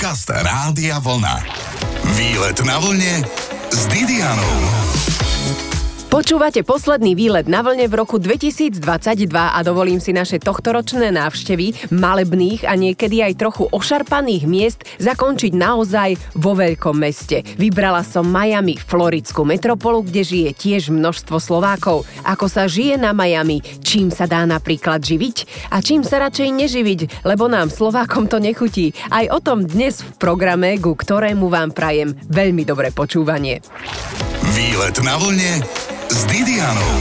Podcast Rádia Vlna. Výlet na vlne s Didianou. Počúvate posledný výlet na vlne v roku 2022 a dovolím si naše tohtoročné návštevy malebných a niekedy aj trochu ošarpaných miest zakončiť naozaj vo veľkom meste. Vybrala som Miami, floridskú metropolu, kde žije tiež množstvo Slovákov. Ako sa žije na Miami, čím sa dá napríklad živiť a čím sa radšej neživiť, lebo nám Slovákom to nechutí. Aj o tom dnes v programe, ku ktorému vám prajem veľmi dobré počúvanie. Výlet na vlne s Didianou.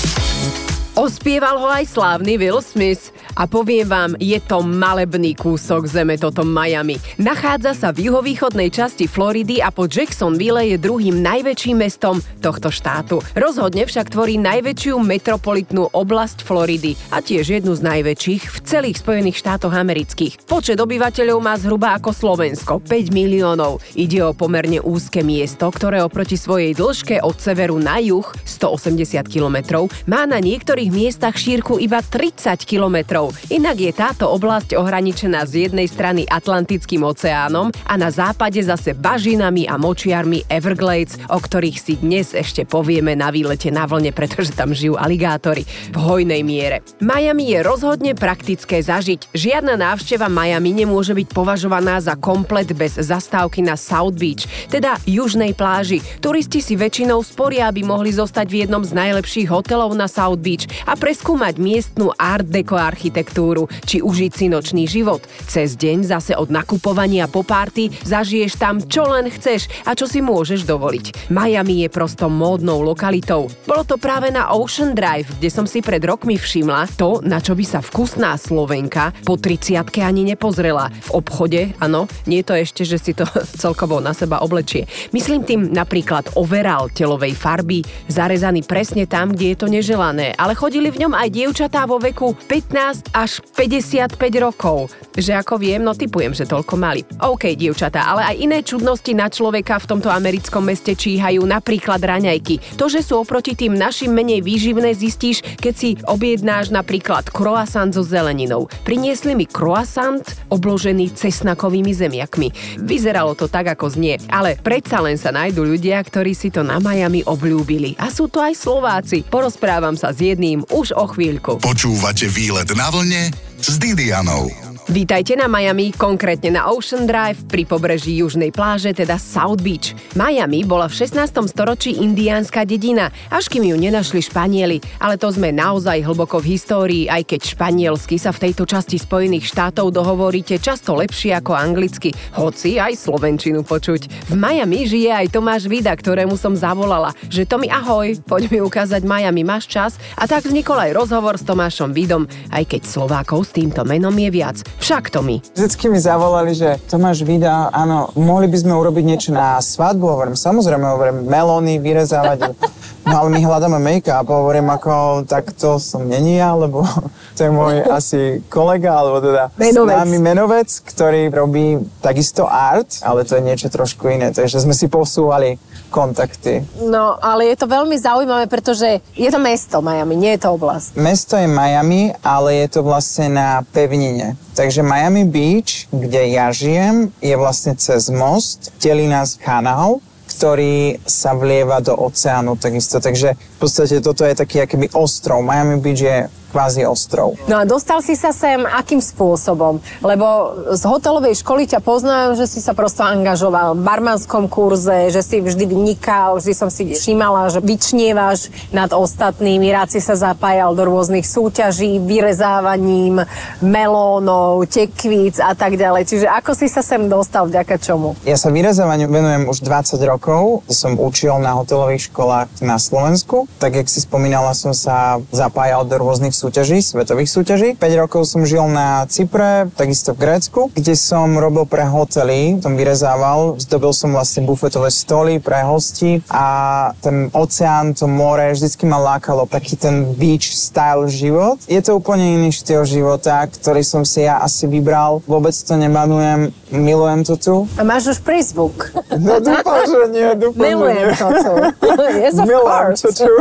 Ospieval ho aj slávny Will Smith a poviem vám, je to malebný kúsok zeme toto Miami. Nachádza sa v juhovýchodnej časti Floridy a po Jacksonville je druhým najväčším mestom tohto štátu. Rozhodne však tvorí najväčšiu metropolitnú oblasť Floridy a tiež jednu z najväčších v celých Spojených štátoch amerických. Počet obyvateľov má zhruba ako Slovensko, 5 miliónov. Ide o pomerne úzke miesto, ktoré oproti svojej dĺžke od severu na juh, 180 kilometrov, má na niektorých miestach šírku iba 30 kilometrov. Inak je táto oblasť ohraničená z jednej strany Atlantickým oceánom a na západe zase bažinami a močiarmi Everglades, o ktorých si dnes ešte povieme na výlete na vlne, pretože tam žijú aligátory v hojnej miere. Miami je rozhodne praktické zažiť. Žiadna návšteva Miami nemôže byť považovaná za komplet bez zastávky na South Beach, teda južnej pláži. Turisti si väčšinou sporia, aby mohli zostať v jednom z najlepších hotelov na South Beach a preskúmať miestnu art deco architektúru, či užiť si nočný život. Cez deň zase od nakupovania po party zažiješ tam čo len chceš a čo si môžeš dovoliť. Miami je prosto módnou lokalitou. Bolo to práve na Ocean Drive, kde som si pred rokmi všimla to, na čo by sa vkusná Slovenka po 30-ke ani nepozrela. V obchode, áno, nie je to ešte, že si to celkovo na seba oblečie. Myslím tým napríklad overall telovej farby, zarezaný presne tam, kde je to neželané, ale chodili v ňom aj dievčatá vo veku 15 až 55 rokov. Že ako viem, no tipujem, že toľko mali. OK, dievčatá, ale aj iné čudnosti na človeka v tomto americkom meste číhajú, napríklad raňajky. To, že sú oproti tým našim menej výživné, zistíš, keď si objednáš napríklad croissant so zeleninou. Priniesli mi croissant obložený cesnakovými zemiakmi. Vyzeralo to tak, ako znie, ale predsa len sa nájdu ľudia, ktorí si to na Miami obľúbili. A sú to aj Slováci. Porozprávam sa s jedným už o chvíľku. Počúvate Výlet na vlne s Didianou. Vítajte na Miami, konkrétne na Ocean Drive pri pobreží južnej pláže, teda South Beach. Miami bola v 16. storočí indiánska dedina, až kým ju nenašli Španieli, ale to sme naozaj hlboko v histórii, aj keď španielsky sa v tejto časti Spojených štátov dohovoríte často lepšie ako anglicky, hoci aj slovenčinu počuť. V Miami žije aj Tomáš Vida, ktorému som zavolala, že Tomi, ahoj, poď mi ukázať Miami, máš čas? A tak vznikol aj rozhovor s Tomášom Vidom, aj keď Slovákov s týmto menom je viac. Však to mi. Vždycky mi zavolali, že Tomáš Vida, áno, mohli by sme urobiť niečo na svadbu, hovorím, samozrejme, hovorím, melóny vyrezávať, no ale my hľadáme make-up, hovorím, ako, tak to som není ja, lebo to je môj asi kolega, alebo teda známy menovec, ktorý robí takisto art, ale to je niečo trošku iné, takže sme si posúvali kontakty. No, ale je to veľmi zaujímavé, pretože je to mesto Miami, nie je to oblasť. Mesto je Miami, ale je to vlastne na pevnine. Takže Miami Beach, kde ja žijem, je vlastne cez most, delí nás kanál, ktorý sa vlieva do oceánu takisto. Takže v podstate toto je taký akoby ostrov. Miami Beach je kvázi ostrov. No a dostal si sa sem akým spôsobom? Lebo z hotelovej školy ťa poznajú, že si sa prosto angažoval v barmanskom kurze, že si vždy vnikal, vždy som si všímala, že vyčnievaš nad ostatnými, rád si sa zapájal do rôznych súťaží, vyrezávaním melónov, tekvíc a tak ďalej. Čiže ako si sa sem dostal, vďaka čomu? Ja sa vyrezávaniu venujem už 20 rokov. Som učil na hotelových školách na Slovensku. Tak, jak si spomínala, som sa zapájal do rôznych súťaží, svetových súťaží. 5 rokov som žil na Cypre, takisto v Grécku, kde som robil pre hotely, som vyrezával, zdobil som vlastne bufetové stoly pre hostí a ten oceán, to more, vždycky ma lákalo taký ten beach style život. Je to úplne iný štýl života, ktorý som si ja asi vybral. Vôbec to nemanujem, milujem to tu. A máš už Facebook? No dúfam, že nie, Milujem to tu. Yes, of course. To tu.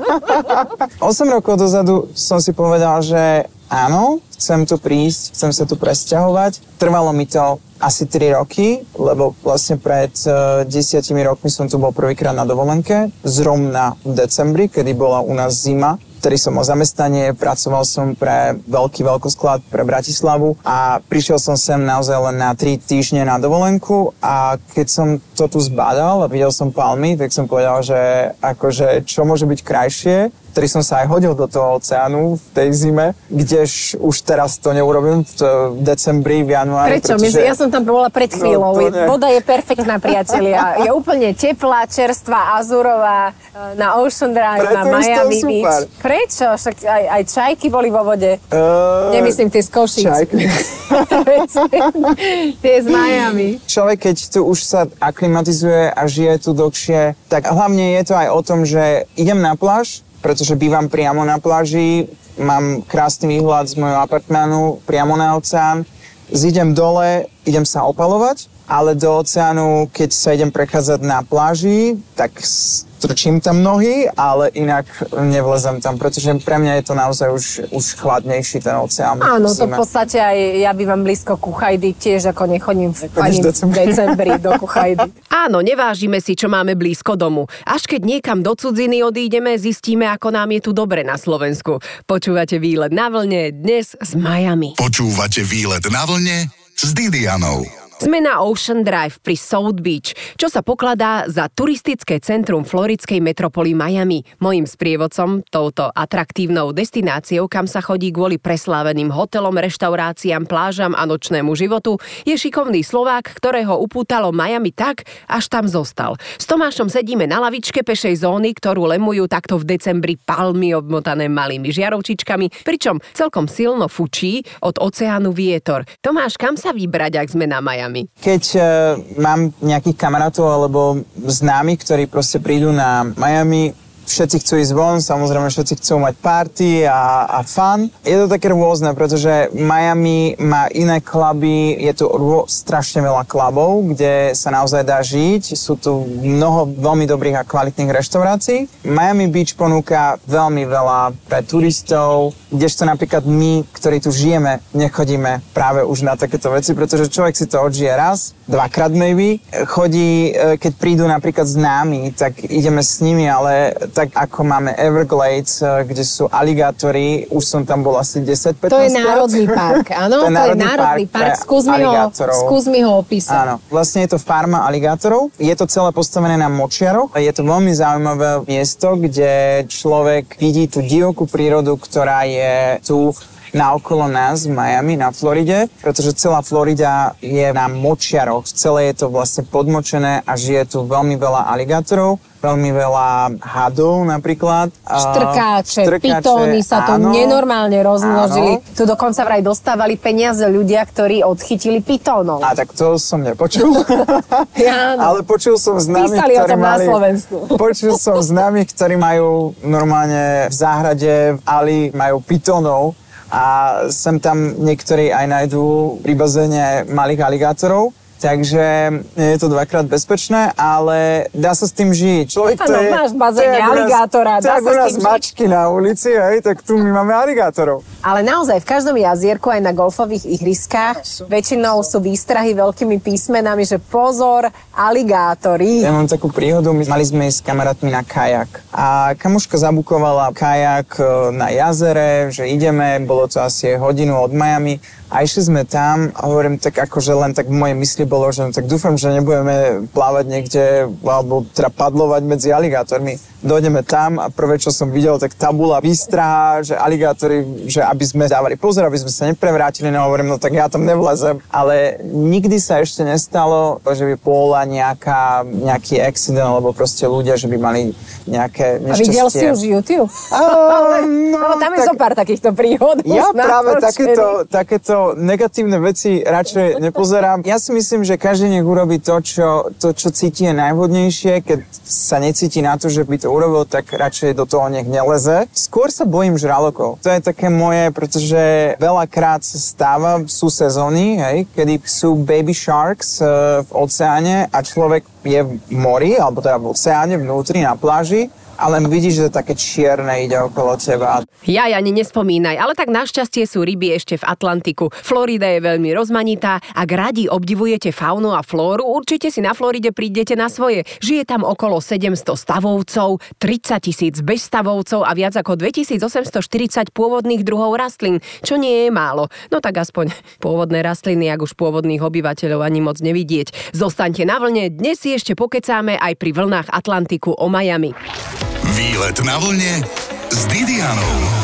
8 rokov dozadu som si povedal, že áno, chcem tu prísť, chcem sa tu presťahovať. Trvalo mi to asi 3 roky, lebo vlastne pred 10 rokmi som tu bol prvýkrát na dovolenke, zrovna v decembri, kedy bola u nás zima. Vtedy som mal zamestnanie, pracoval som pre veľký veľkosklad pre Bratislavu a prišiel som sem naozaj len na 3 týždne na dovolenku a keď som to tu zbadal a videl som palmy, tak som povedal, že akože čo môže byť krajšie, ktorý som sa aj hodil do toho oceánu v tej zime, kdež už teraz to neurobím v decembri, v januári. Prečo? Pretože... Ja som tam bola pred chvíľou. Voda je perfektná, priatelia. Je úplne teplá, čerstvá, azurová, na Ocean Drive, na Miami Beach. Prečo? Však aj čajky boli vo vode. Nemyslím tie z Košíc. Čajky. Tie z Miami. Človek, keď tu už sa aklimatizuje a žije tu dlhšie, tak hlavne je to aj o tom, že idem na pláž, pretože bývam priamo na pláži, mám krásny výhľad z môjho apartmánu priamo na oceán, zídem dole, idem sa opalovať, ale do oceánu, keď sa idem prechádzať na pláži, tak strčím tam nohy, ale inak nevlezem tam, pretože pre mňa je to naozaj už chladnejší ten oceán. Áno, to v podstate aj ja bývam blízko Kuchajdy, tiež ako nechodím v decembri do Kuchajdy. Áno, nevážime si, čo máme blízko domu. Až keď niekam do cudziny odídeme, zistíme, ako nám je tu dobre na Slovensku. Počúvate Výlet na vlne dnes z Miami. Počúvate Výlet na vlne s Didianou. Sme na Ocean Drive pri South Beach, čo sa pokladá za turistické centrum floridskej metropoly Miami. Mojím sprievodcom, touto atraktívnou destináciou, kam sa chodí kvôli presláveným hotelom, reštauráciám, plážam a nočnému životu, je šikovný Slovák, ktorého upútalo Miami tak, až tam zostal. S Tomášom sedíme na lavičke pešej zóny, ktorú lemujú takto v decembri palmy obmotané malými žiarovčičkami, pričom celkom silno fučí od oceánu vietor. Tomáš, kam sa vybrať, ak sme na Miami? Keď mám nejakých kamarátov alebo známych, ktorí proste prídu na Miami, všetci chcú ísť von, samozrejme všetci chcú mať party a fun. Je to také rôzne, pretože Miami má iné kluby, je tu strašne veľa klubov, kde sa naozaj dá žiť. Sú tu mnoho veľmi dobrých a kvalitných reštaurácií. Miami Beach ponúka veľmi veľa pre turistov, kdežto napríklad my, ktorí tu žijeme, nechodíme práve už na takéto veci, pretože človek si to odžije raz, dvakrát maybe. Chodí, keď prídu napríklad známi, tak ideme s nimi, ale tak ako máme Everglades, kde sú aligátory, už som tam bol asi 10-15 To je národný park, áno? To je národný park. Skús mi ho opísať. Áno, vlastne je to farma aligátorov. Je to celé postavené na močiaroch. Je to veľmi zaujímavé miesto, kde človek vidí tú divokú prírodu, ktorá je tu naokolo nás v Miami, na Floride, pretože celá Florida je na močiaroch. Celé je to vlastne podmočené a žije tu veľmi veľa aligátorov, veľmi veľa hadov napríklad. Štrkáče, pitóny sa tu nenormálne rozmnožili. Tu dokonca vraj dostávali peniaze ľudia, ktorí odchytili pitónov. A tak to som nepočul. Ale počul som známych, písali o tom na Slovensku. Počul som známych, ktorí majú normálne v záhrade, v ali majú pitónov. A sem tam niektorí aj nájdú pri bazéne malých aligátorov. Takže je to dvakrát bezpečné, ale dá sa s tým žiť. Človek to je... máš v bazéne aligátora, dá sa s tým žiť. Tak u nás mačky na ulici, hej, tak tu my máme aligátorov. Ale naozaj, v každom jazierku, aj na golfových ihriskách, väčšinou sú výstrahy veľkými písmenami, že pozor, aligátori. Ja mám takú príhodu, mali sme ísť s kamarátmi na kajak. A kamoška zabukovala kajak na jazere, že ideme, bolo to asi hodinu od Miami. A išli sme tam a hovorím tak akože len tak v mojej mysli bolo, že tak dúfam, že nebudeme plávať niekde alebo teda padlovať medzi aligátormi. Dojdeme tam a prvé, čo som videl, tak tabula výstraha, že aligátori, že aby sme dávali pozor, aby sme sa neprevrátili, no hovorím, no tak ja tam nevlezem. Ale nikdy sa ešte nestalo, že by bola nejaký accident, alebo proste ľudia, že by mali nejaké nešťastie. A videl si už YouTube? No, tam je zo pár takýchto príhod. Ja práve takéto negatívne veci radšej nepozerám. Ja si myslím, že každý nech urobí to, čo cíti je najvhodnejšie. Keď sa necíti na to, že by to urobil, tak radšej do toho nech neleze. Skôr sa bojím žralokov. To je také moje, pretože veľakrát sa stáva, sú sezóny, hej, kedy sú baby sharks v oceáne a človek je v mori, alebo teda v oceáne vnútri na pláži ale vidíš, že také čierne ide okolo teba. Ja ani nespomínaj, ale tak našťastie sú ryby ešte v Atlantiku. Florida je veľmi rozmanitá. Ak radi obdivujete faunu a flóru, určite si na Floride prídete na svoje. Žije tam okolo 700 stavovcov, 30 000 bezstavovcov a viac ako 2840 pôvodných druhov rastlín, čo nie je málo. No tak aspoň pôvodné rastliny, ak už pôvodných obyvateľov ani moc nevidieť. Zostaňte na vlne, dnes si ešte pokecáme aj pri vlnách Atlantiku o Miami. Výlet na vlne s Didianou.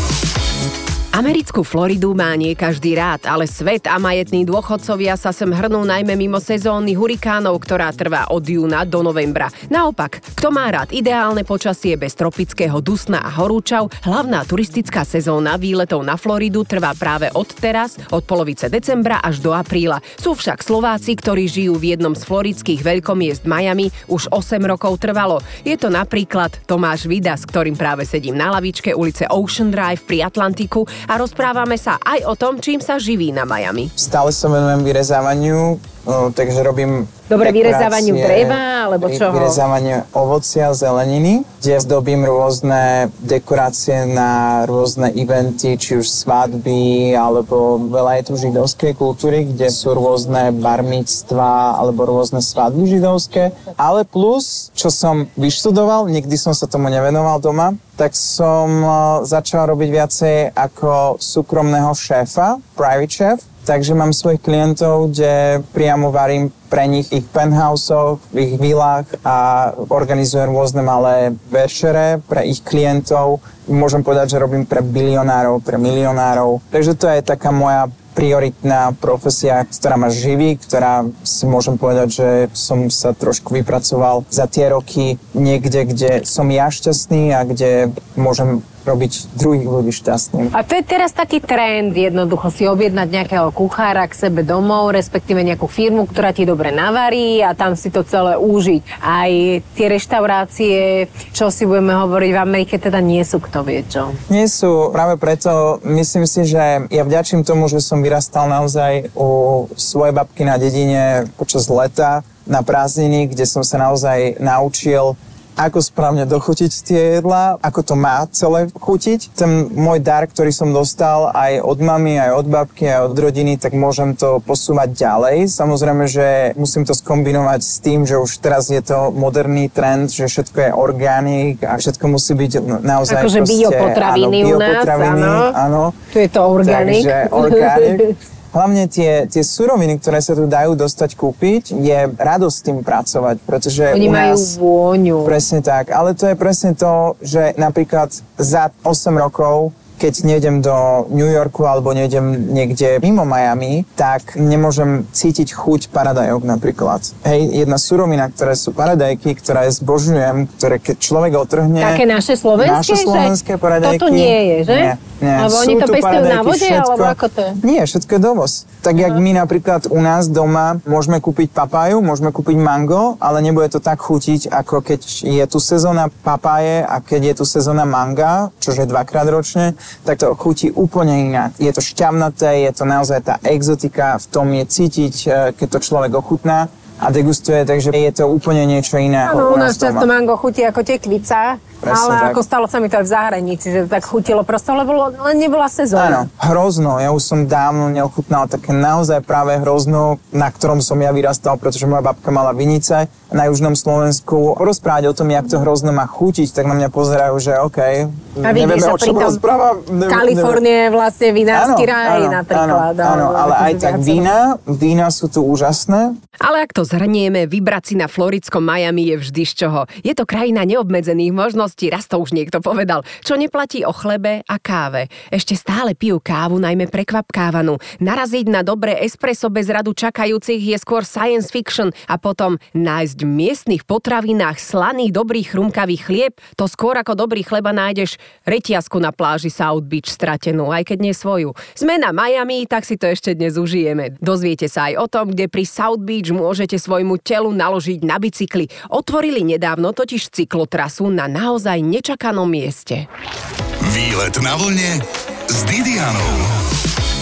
Americkú Floridu má nie každý rád, ale svet a majetní dôchodcovia sa sem hrnú najmä mimo sezóny hurikánov, ktorá trvá od júna do novembra. Naopak, kto má rád ideálne počasie bez tropického dusna a horúčav, hlavná turistická sezóna výletov na Floridu trvá práve od teraz, od polovice decembra až do apríla. Sú však Slováci, ktorí žijú v jednom z floridských veľkomiest Miami, už 8 rokov trvalo. Je to napríklad Tomáš Vida, s ktorým práve sedím na lavičke ulice Ocean Drive pri Atlantiku a rozprávame sa aj o tom, čím sa živí na Miami. Stále sa venujem vyrezávaniu, takže robím vyrezávaniu dreva, alebo čoho? Vyrezávanie ovocia, zeleniny, kde zdobím rôzne dekorácie na rôzne eventy, či už svadby, alebo veľa je tu židovskej kultúry, kde sú rôzne barmictvá, alebo rôzne svadby židovské. Ale plus, čo som vyštudoval, nikdy som sa tomu nevenoval doma, tak som začal robiť viacej ako súkromného šéfa, private chef. Takže mám svojich klientov, kde priamo varím pre nich ich penthousoch, v ich vilách a organizujem rôzne malé večere pre ich klientov. Môžem povedať, že robím pre bilionárov, pre milionárov. Takže to je taká moja prioritná profesia, ktorá ma živí, ktorá si môžem povedať, že som sa trošku vypracoval za tie roky niekde, kde som ja šťastný a kde môžem robiť druhých ľudí šťastným. A to je teraz taký trend, jednoducho si objednať nejakého kuchára k sebe domov, respektíve nejakú firmu, ktorá ti dobre navarí a tam si to celé užiť. Aj tie reštaurácie, čo si budeme hovoriť v Amerike, teda nie sú, kto vie čo. Nie sú, práve preto myslím si, že ja vďačím tomu, že som vyrastal naozaj u svojej babky na dedine počas leta na prázdniny, kde som sa naozaj naučil ako správne dochutiť tie jedlá, ako to má celé chutiť. Ten môj dar, ktorý som dostal aj od mamy, aj od babky, aj od rodiny, tak môžem to posúvať ďalej. Samozrejme, že musím to skombinovať s tým, že už teraz je to moderný trend, že všetko je organik a všetko musí byť naozaj akože biopotraviny u nás, áno. Tu je to organik. Takže organik. Hlavne tie suroviny, ktoré sa tu dajú dostať kúpiť, je radosť s tým pracovať, pretože oni majú vôňu. Presne tak, ale to je presne to, že napríklad za 8 rokov, keď nejdem do New Yorku alebo nejdem niekde mimo Miami, tak nemôžem cítiť chuť paradajok napríklad. Hej, jedna surovina, ktoré sú paradajky, ktoré zbožňujem, ktoré keď človek otrhne... Také naše slovenské paradajky. Toto nie je, že? Nie. Lebo oni to pestujú na vode, všetko, alebo ako to je? Nie, všetko je dovoz. Tak jak my napríklad u nás doma môžeme kúpiť papáju, môžeme kúpiť mango, ale nebude to tak chutiť, ako keď je tu sezóna papáje a keď je tu sezóna manga, čože 2-krát ročne, tak to chutí úplne inak. Je to šťavnaté, je to naozaj tá exotika, v tom je cítiť, keď to človek ochutná a degustuje, takže je to úplne niečo iné. Áno, u nás často mango chutí ako tekvica. Presne, ale tak. Ako stalo sa mi to aj v zahraničí, že tak chutilo proste, lebo len nebola sezóna. Áno, hrozno. Ja už som dávno neochutnal také naozaj práve hrozno, na ktorom som ja vyrastal, pretože moja babka mala vinice na južnom Slovensku. Rozprávať o tom, jak to hrozno má chutiť, tak na mňa pozerajú, že okej, nevieme, o čom rozprávam. Kalifornie je vlastne vinársky raj napríklad. Áno, ale aj tak vína sú tu úžasné. Ale ak to zhrnieme, vybrať si na floridskom Miami je vždy z čoho. Je to krajina neobmedzených možností, raz to už niekto povedal, čo neplatí o chlebe a káve. Ešte stále pijú kávu, najmä prekvapkávanú. Naraziť na dobré espresso bez radu čakajúcich je skôr science fiction a potom nájsť v miestnych potravinách slaný, dobrý chrumkavý chlieb, to skôr ako dobrý chleba nájdeš reťazku na pláži South Beach stratenú, aj keď nie svoju. Sme na Miami, tak si to ešte dnes užijeme. Dozviete sa aj o tom, kde pri South Beach môžete svojmu telu naložiť na bicykli. Otvorili nedávno totiž cyklotrasu na naozaj nečakanom mieste. Výlet na vlne s Didianou.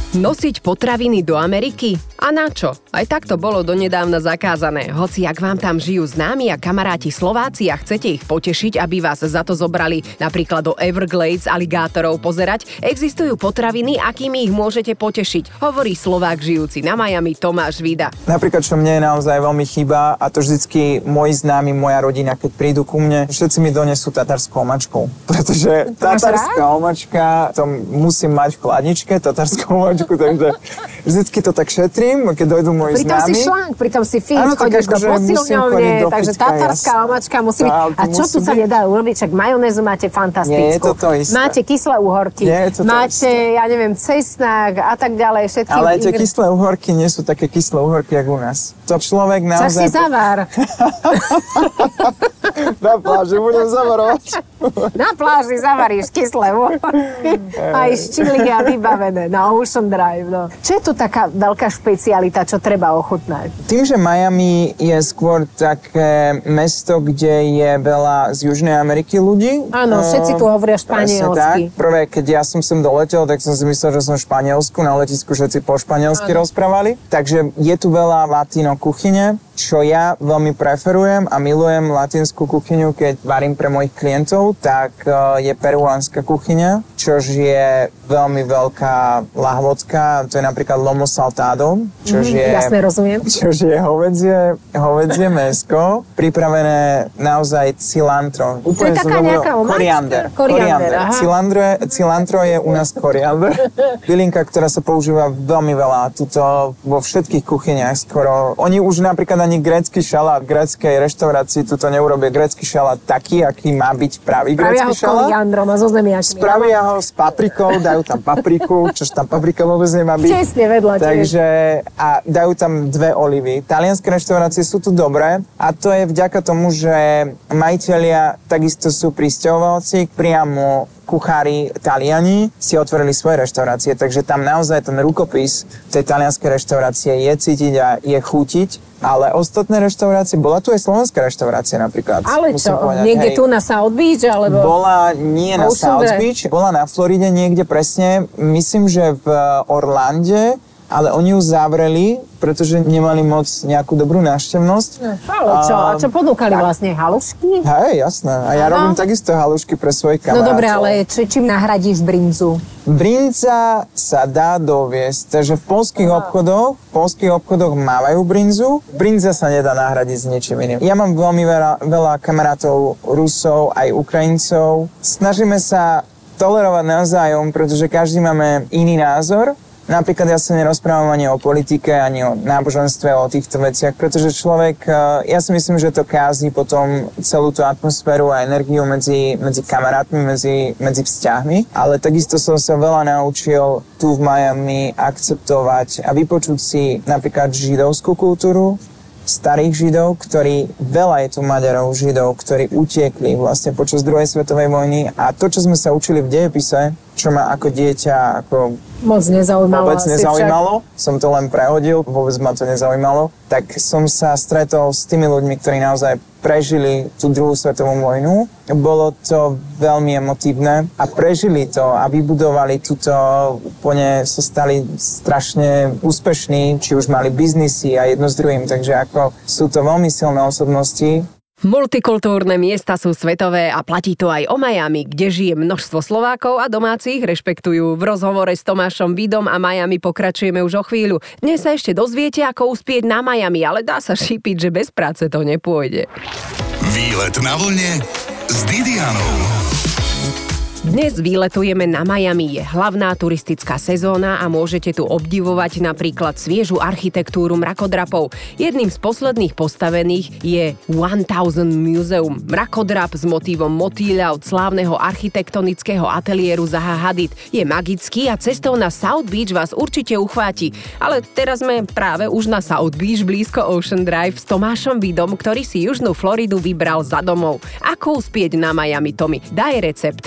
Nosiť potraviny do Ameriky? A na čo? Aj tak to bolo donedávna zakázané. Hoci ak vám tam žijú známi a kamaráti Slováci a chcete ich potešiť, aby vás za to zobrali napríklad do Everglades aligátorov pozerať, existujú potraviny, akými ich môžete potešiť, hovorí Slovák žijúci na Miami Tomáš Vida. Napríklad, čo mne naozaj veľmi chýba, a to vždycky moji známi, moja rodina, keď prídu ku mne, všetci mi donesú tatarskou omačkou. Pretože tatarská omačka, to musím mať v chladničke, tatarskou omačku, takže vždycky to tak šetrím, keď dojdú moji pritom známi. Si šlank, pritom si fit, chodíš do posilňovne, takže tatarská omačka musí byť. A čo tu sa nedá urobiť? Však majonézu máte fantastickú. Nie je to isté. Máte kyslé uhorky, máte, ja neviem, cesnák a tak ďalej. Všetky ale tie kyslé uhorky nie sú také kyslé uhorky, jak u nás. To človek naozaj... Však si zavár. Na pláži budem zavarovať. Na pláži zavaríš kyslé uhorky. Aj štiliky a vybavené na Ocean Drive. No. Čo je tu taká veľká špecialita, čo treba ochutnať? Tým, že Miami je skôr také mesto, kde je veľa z Južnej Ameriky ľudí. Áno, všetci tu hovoria španielsky. Prvé, keď ja som sem doletel, tak som si myslel, že som v Španielsku. Na letisku všetci po španielsky rozprávali. Takže je tu veľa latino kuchyne, čo ja veľmi preferujem a milujem latinskú kuchyňu, keď varím pre mojich klientov, tak je peruánska kuchyňa, čož je veľmi veľká lahôdzka, to je napríklad lomo saltado, čož je... Jasne, rozumiem. Čož je hovädzie mäsko, pripravené naozaj cilantro. To je taká nejaká omáčka? Koriander. Cilantro je u nás koriander. Bylinka, ktorá sa používa veľmi veľa, tuto vo všetkých kuchyniach skoro. Oni už napríklad ani grécky šalát v gréckej reštaurácii tuto neurobia grécky šalát taký, aký má byť pravý grécky šalát. Spravia ho s koriandrom a so zemiakmi. Spravia ho s paprikou, dajú tam papriku, čož tam paprika vôbec nemá byť. Čestne vedľa. Takže a dajú tam 2 olivy. Talianske reštaurácie sú tu dobré a to je vďaka tomu, že majitelia takisto sú prisťahovalci, priamo kuchári Taliani si otvorili svoje reštaurácie, takže tam naozaj ten rukopis tej talianskej reštaurácie je cítiť a je chutiť, ale ostatné reštaurácie, bola tu aj slovenská reštaurácia napríklad. Ale čo, niekde tu na South Beach, alebo... Bola nie na South Beach, bola na Floride niekde presne, myslím, že v Orlande, ale oni ju zavreli, pretože nemali moc nejakú dobrú návštevnosť. Ale čo? A čo ponúkali vlastne? Halušky? Hej, jasné. A ja robím takisto halušky pre svojich kamarátov. No dobre, ale čím nahradíš brinzu? Brinza sa dá doviesť, takže v poľských obchodoch mávajú brinzu. Brinza sa nedá nahradiť s ničím iným. Ja mám veľmi veľa kamarátov Rusov, aj Ukrajincov. Snažíme sa tolerovať navzájom, pretože každý máme iný názor. Napríklad ja sa nerozprávam ani o politike, ani o náboženstve, o týchto veciach, pretože človek, ja si myslím, že to kází potom celú tú atmosféru a energiu medzi kamarátmi, medzi vzťahmi. Ale takisto som sa veľa naučil tu v Miami akceptovať a vypočuť si napríklad židovskú kultúru, starých židov, veľa je tu Maďarov, židov, ktorí utiekli vlastne počas druhej svetovej vojny a to, čo sme sa učili v dejepise, čo ma ako dieťa moc nezaujímalo. Som to len prehodil, vôbec ma to nezaujímalo. Tak som sa stretol s tými ľuďmi, ktorí naozaj prežili tú druhú svetovú vojnu. Bolo to veľmi emotívne a prežili to a vybudovali túto, úplne sa stali strašne úspešní, či už mali biznisy a jedno s druhým, takže ako sú to veľmi silné osobnosti. Multikultúrne miesta sú svetové a platí to aj o Miami, kde žije množstvo Slovákov a domácich rešpektujú. V rozhovore s Tomášom Vidom a Miami pokračujeme už o chvíľu. Dnes sa ešte dozviete, ako uspieť na Miami, ale dá sa šípiť, že bez práce to nepôjde. Výlet na vlne s Didianou. Dnes výletujeme na Miami, je hlavná turistická sezóna a môžete tu obdivovať napríklad sviežu architektúru mrakodrapov. Jedným z posledných postavených je 1000 Museum. Mrakodrap s motívom motýľa od slávneho architektonického ateliéru Zaha Hadid. Je magický a cestou na South Beach vás určite uchváti. Ale teraz sme práve už na South Beach blízko Ocean Drive s Tomášom Vidom, ktorý si južnú Floridu vybral za domov. Ako uspieť na Miami, Tomi? Daj recept, návod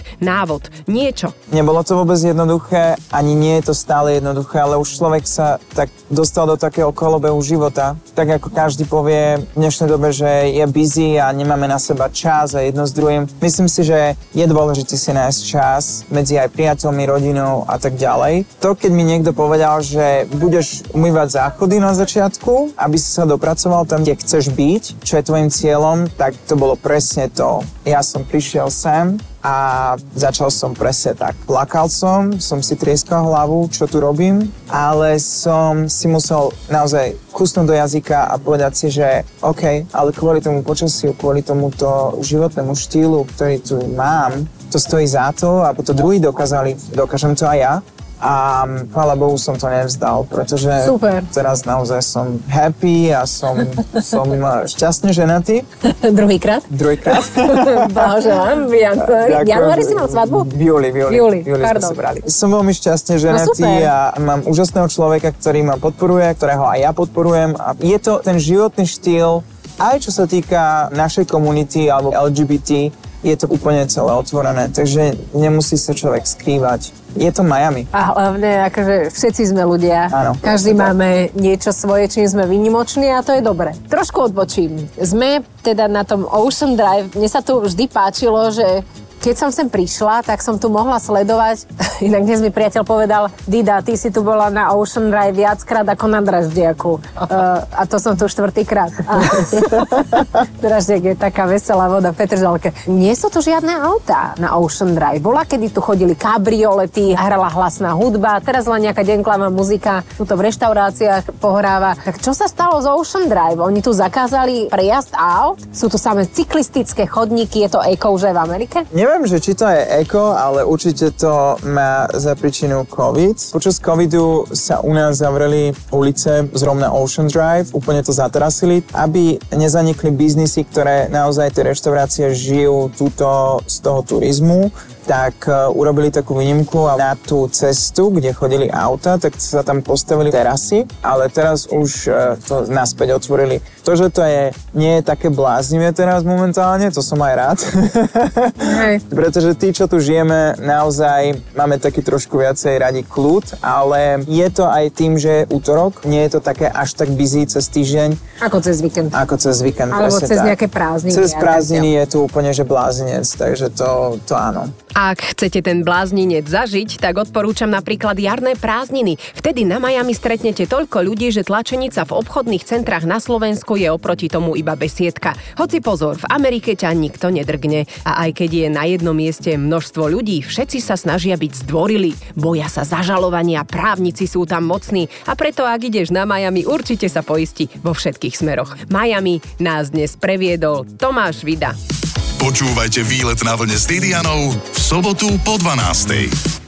závod, niečo. Nebolo to vôbec jednoduché, ani nie je to stále jednoduché, ale už človek sa tak dostal do takého kolobehu života. Tak ako každý povie v dnešnej dobe, že je busy a nemáme na seba čas a jedno s druhým. Myslím si, že je dôležité si nájsť čas medzi aj priateľmi, rodinou a tak ďalej. To, keď mi niekto povedal, že budeš umývať záchody na začiatku, aby si sa dopracoval tam, kde chceš byť, čo je tvojim cieľom, tak to bolo presne to. Ja som prišiel sem a začal som presne tak. Plakal som si trieskal hlavu, čo tu robím, ale som si musel naozaj kusnúť do jazyka a povedať si, že OK, ale kvôli tomu počasiu, kvôli tomuto životnému štýlu, ktorý tu mám, to stojí za to a potom druhí dokážem to aj ja. A chvála Bohu som to nevzdal, pretože Super. Teraz naozaj som happy a som šťastne ženatý. Druhýkrát? Druhýkrát. Blahoželám. V januári si mal svadbu? V júli sme Pardon. sa brali. Som veľmi šťastne ženatý a mám úžasného človeka, ktorý ma podporuje, ktorého aj ja podporujem. A je to ten životný štýl, aj čo sa týka našej komunity alebo LGBT, je to úplne celé otvorené, takže nemusí sa človek skrývať. Je to Miami. A hlavne, akože všetci sme ľudia. Áno. Každý máme niečo svoje, čím sme výnimoční a to je dobre. Trošku odbočím. Sme teda na tom Ocean Drive. Mne sa tu vždy páčilo, že keď som sem prišla, tak som tu mohla sledovať. Inak dnes mi priateľ povedal, Dida, ty si tu bola na Ocean Drive viackrát ako na Draždiaku. A to som tu 4-krát. Draždiak je taká veselá voda v Petržalke. Nie sú tu žiadne autá na Ocean Drive. Bola, kedy tu chodili kabriolety, hrala hlasná hudba, teraz len nejaká denklavá muzika, tu to v reštauráciách pohráva. Tak čo sa stalo z Ocean Drive? Oni tu zakázali prejazd aut? Sú tu samé cyklistické chodníky, je to eko už aj v Amerike? Neviem, že či to je eko, ale určite to má za príčinu COVID. Počas COVIDu sa u nás zavreli ulice zrovna Ocean Drive, úplne to zatrasili, aby nezanikli biznisy, ktoré naozaj tie reštaurácie žijú z toho turizmu, tak urobili takú výnimku a na tú cestu, kde chodili auta, tak sa tam postavili terasy, ale teraz už to naspäť otvorili. To, že to nie je také bláznivé teraz momentálne, to som aj rád. Hej. Pretože tí, čo tu žijeme, naozaj máme taký trošku viacej radi kľud, ale je to aj tým, že je útorok, nie je to také až tak busy cez týždeň. Ako cez víkend. Alebo cez nejaké prázdniny. Cez prázdniny je tu úplne, že blázinec, takže to áno. Ak chcete ten blázninec zažiť, tak odporúčam napríklad jarné prázdniny. Vtedy na Miami stretnete toľko ľudí, že tlačenica v obchodných centrách na Slovensku je oproti tomu iba besiedka. Hoci pozor, v Amerike ťa nikto nedrgne. A aj keď je na jednom mieste množstvo ľudí, všetci sa snažia byť zdvorili. Boja sa zažalovania, právnici sú tam mocní a preto ak ideš na Miami, určite sa poistí vo všetkých smeroch. Miami nás dnes previedol Tomáš Vida. Počúvajte Výlet na vlne s Didianou v sobotu po 12:00.